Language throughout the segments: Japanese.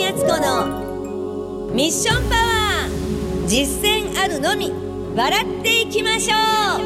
敦子のミッションパワー、実践あるのみ、笑っていきましょ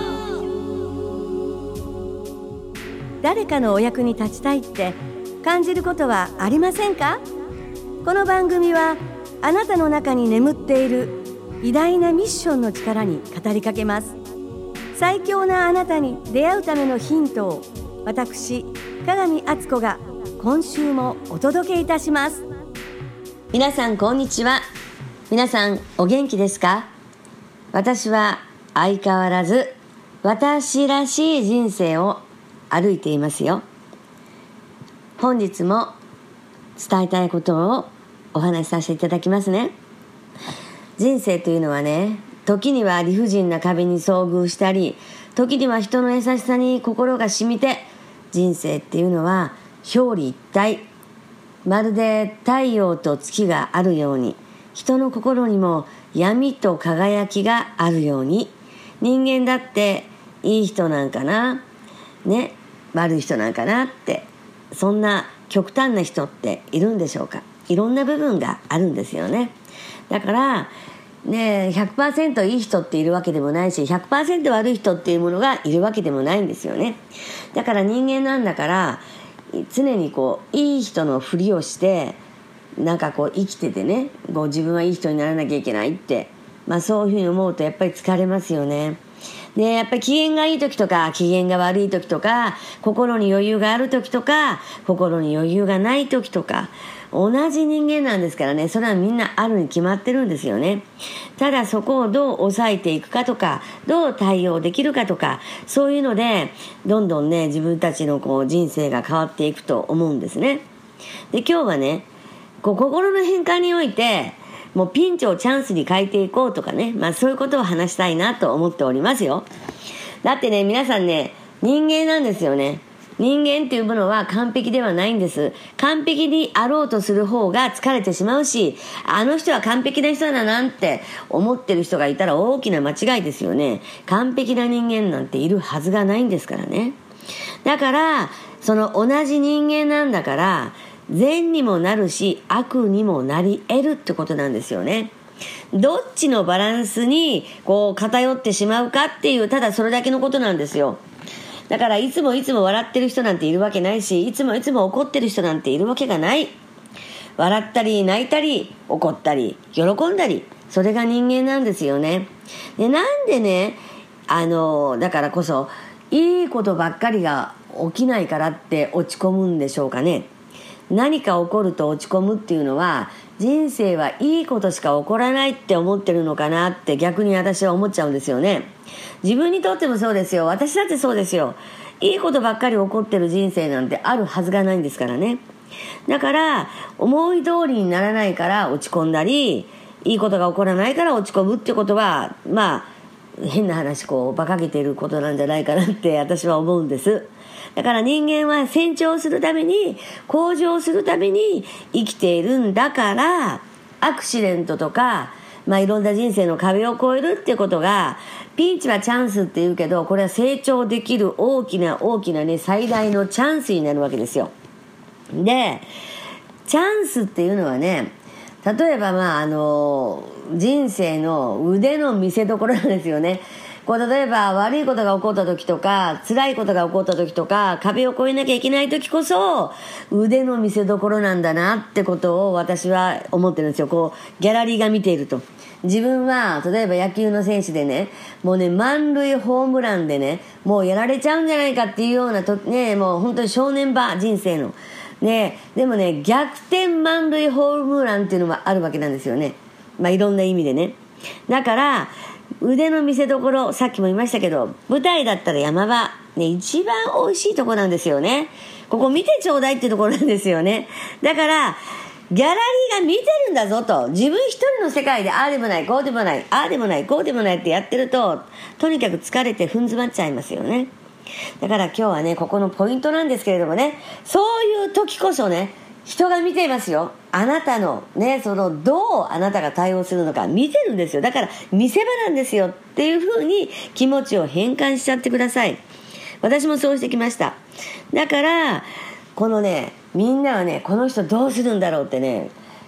う。 誰かのお役に立ちたいって感じることはありませんか？この番組はあなたの中に眠っている偉大なミッションの力に語りかけます。最強なあなたに出会うためのヒントを私、鏡敦子が今週もお届けいたします。 皆さんこんにちは。皆さんお元気ですか？私は相変わらず私らしい人生を歩いていますよ。本日も伝えたいことをお話しさせていただきますね。人生というのはね、時には理不尽な壁に遭遇したり、時には人の優しさに心が染みて、人生っていうのは表裏一体、まるで太陽と月があるように、人の心にも闇と輝きがあるように、人間だっていい人なんかな、ね、悪い人なんかなって、そんな極端な人っているんでしょうか。いろんな部分があるんですよね。だからね、100% いい人っているわけでもないし、 100% 悪い人っていうものがいるわけでもないんですよね。だから人間なんだから、常にいい人のふりをして生きててね、自分はいい人にならなきゃいけないって、そういうふうに思うとやっぱり疲れますよね。で、やっぱり機嫌がいい時とか機嫌が悪い時とか、心に余裕がある時とか心に余裕がない時とか、同じ人間なんですからね、それはみんなあるに決まってるんですよね。ただそこをどう抑えていくかとか、どう対応できるかとか、そういうのでどんどんね、自分たちの人生が変わっていくと思うんですね。で、今日はね、心の変化においてもうピンチをチャンスに変えていこうとかね、そういうことを話したいなと思っておりますよ。だってね、皆さんね、人間なんですよね。人間っていうものは完璧ではないんです。完璧にあろうとする方が疲れてしまうし、あの人は完璧な人だなんて思ってる人がいたら大きな間違いですよね。完璧な人間なんているはずがないんですからね。だからその同じ人間なんだから、善にもなるし悪にもなり得るってことなんですよね。どっちのバランスに偏ってしまうかっていう、ただそれだけのことなんですよ。だからいつも笑ってる人なんているわけないし、いつも怒ってる人なんているわけがない。笑ったり泣いたり怒ったり喜んだり、それが人間なんですよね。で、なんでね、だからこそいいことばっかりが起きないからって落ち込むんでしょうかね。何か起こると落ち込むっていうのは、人生はいいことしか起こらないって思ってるのかなって逆に私は思っちゃうんですよね。自分にとってもそうですよ。私だってそうですよ。いいことばっかり起こってる人生なんてあるはずがないんですからね。だから思い通りにならないから落ち込んだり、いいことが起こらないから落ち込むってことは、変な話馬鹿げていることなんじゃないかなって私は思うんです。だから人間は成長するために、向上するために生きているんだから、アクシデントとか、いろんな人生の壁を越えるってことが、ピンチはチャンスって言うけど、これは成長できる大きなね、最大のチャンスになるわけですよ。で、チャンスっていうのはね、例えば人生の腕の見せ所なんですよね。例えば悪いことが起こった時とか、辛いことが起こった時とか、壁を越えなきゃいけない時こそ腕の見せ所なんだなってことを私は思ってるんですよ。ギャラリーが見ていると、自分は例えば野球の選手でね、もうね、満塁ホームランでね、もうやられちゃうんじゃないかっていうようなね、もう本当に正念場人生のね、でもね、逆転満塁ホームランっていうのもあるわけなんですよね。いろんな意味でね。だから腕の見せ所、さっきも言いましたけど、舞台だったら山場、ね、一番美味しいとこなんですよね。ここ見てちょうだいってところなんですよね。だからギャラリーが見てるんだぞと、自分一人の世界でああでもないこうでもない、ああでもないこうでもないってやってると、とにかく疲れて踏ん詰まっちゃいますよね。だから今日はね、ここのポイントなんですけれどもね、そういう時こそね、人が見ていますよ。あなたのね、どうあなたが対応するのか見てるんですよ。だから見せ場なんですよっていう風に気持ちを変換しちゃってください。私もそうしてきました。だからみんなはね、この人どうするんだろうってね、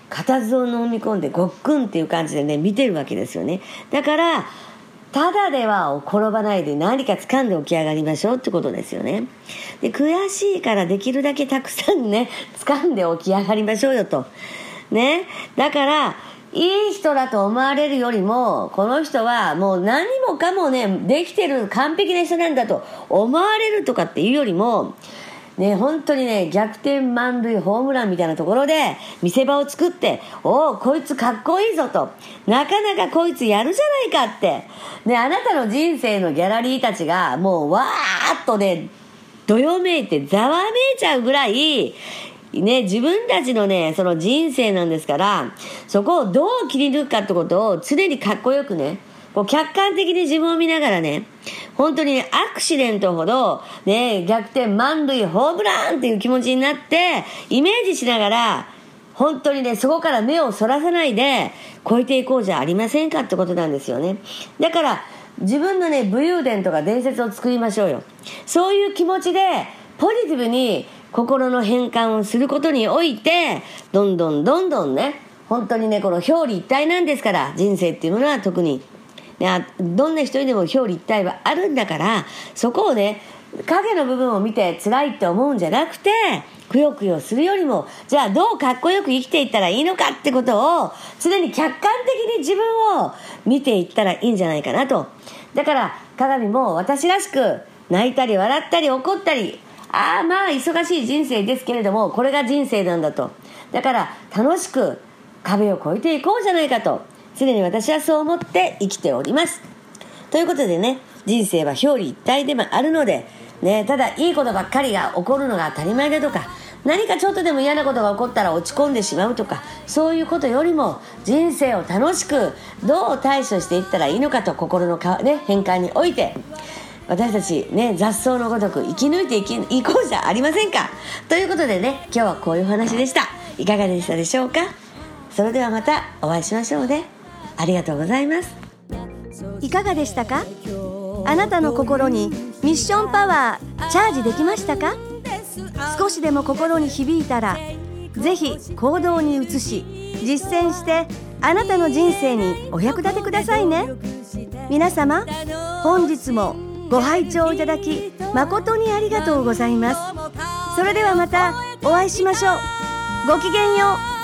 固唾を飲み込んでごっくんっていう感じでね見てるわけですよね。だからただでは転ばないで何か掴んで起き上がりましょうってことですよね。で悔しいからできるだけたくさんね掴んで起き上がりましょうよとね。だからいい人だと思われるよりもこの人はもう何もかもねできてる完璧な人なんだと思われるとかっていうよりもね、本当にね逆転満塁ホームランみたいなところで見せ場を作って、おおこいつかっこいいぞと、なかなかこいつやるじゃないかって、ね、あなたの人生のギャラリーたちがもうわーっとねどよめいてざわめいちゃうぐらいね、自分たちのねその人生なんですから、そこをどう切り抜くかってことを常にかっこよくねこう客観的に自分を見ながらね、本当にアクシデントほど、ね、逆転満塁ホームランっていう気持ちになってイメージしながら本当にねそこから目をそらさないで超えていこうじゃありませんかってことなんですよね。だから自分のね武勇伝とか伝説を作りましょうよ。そういう気持ちでポジティブに心の変換をすることにおいてどんどんね本当にねこの表裏一体なんですから、人生っていうものは特にどんな人にでも表裏一体はあるんだから、そこをね影の部分を見て辛いって思うんじゃなくてくよくよするよりも、じゃあどうかっこよく生きていったらいいのかってことを常に客観的に自分を見ていったらいいんじゃないかなと。だから鏡も私らしく泣いたり笑ったり怒ったり、まあ忙しい人生ですけれどもこれが人生なんだと。だから楽しく壁を越えていこうじゃないかと常に私はそう思って生きております。ということでね、人生は表裏一体でもあるので、ね、ただいいことばっかりが起こるのが当たり前だとか、何かちょっとでも嫌なことが起こったら落ち込んでしまうとか、そういうことよりも人生を楽しくどう対処していったらいいのかと心の変換において私たちね雑草のごとく生き抜いていこうじゃありませんか。ということでね、今日はこういうお話でした。いかがでしたでしょうか。それではまたお会いしましょうね。ありがとうございます。 いかがでしたか。あなたの心にミッションパワーチャージできましたか。少しでも心に響いたらぜひ行動に移し実践してあなたの人生にお役立てくださいね。皆様本日もご拝聴いただき誠にありがとうございます。それではまたお会いしましょう。ごきげんよう。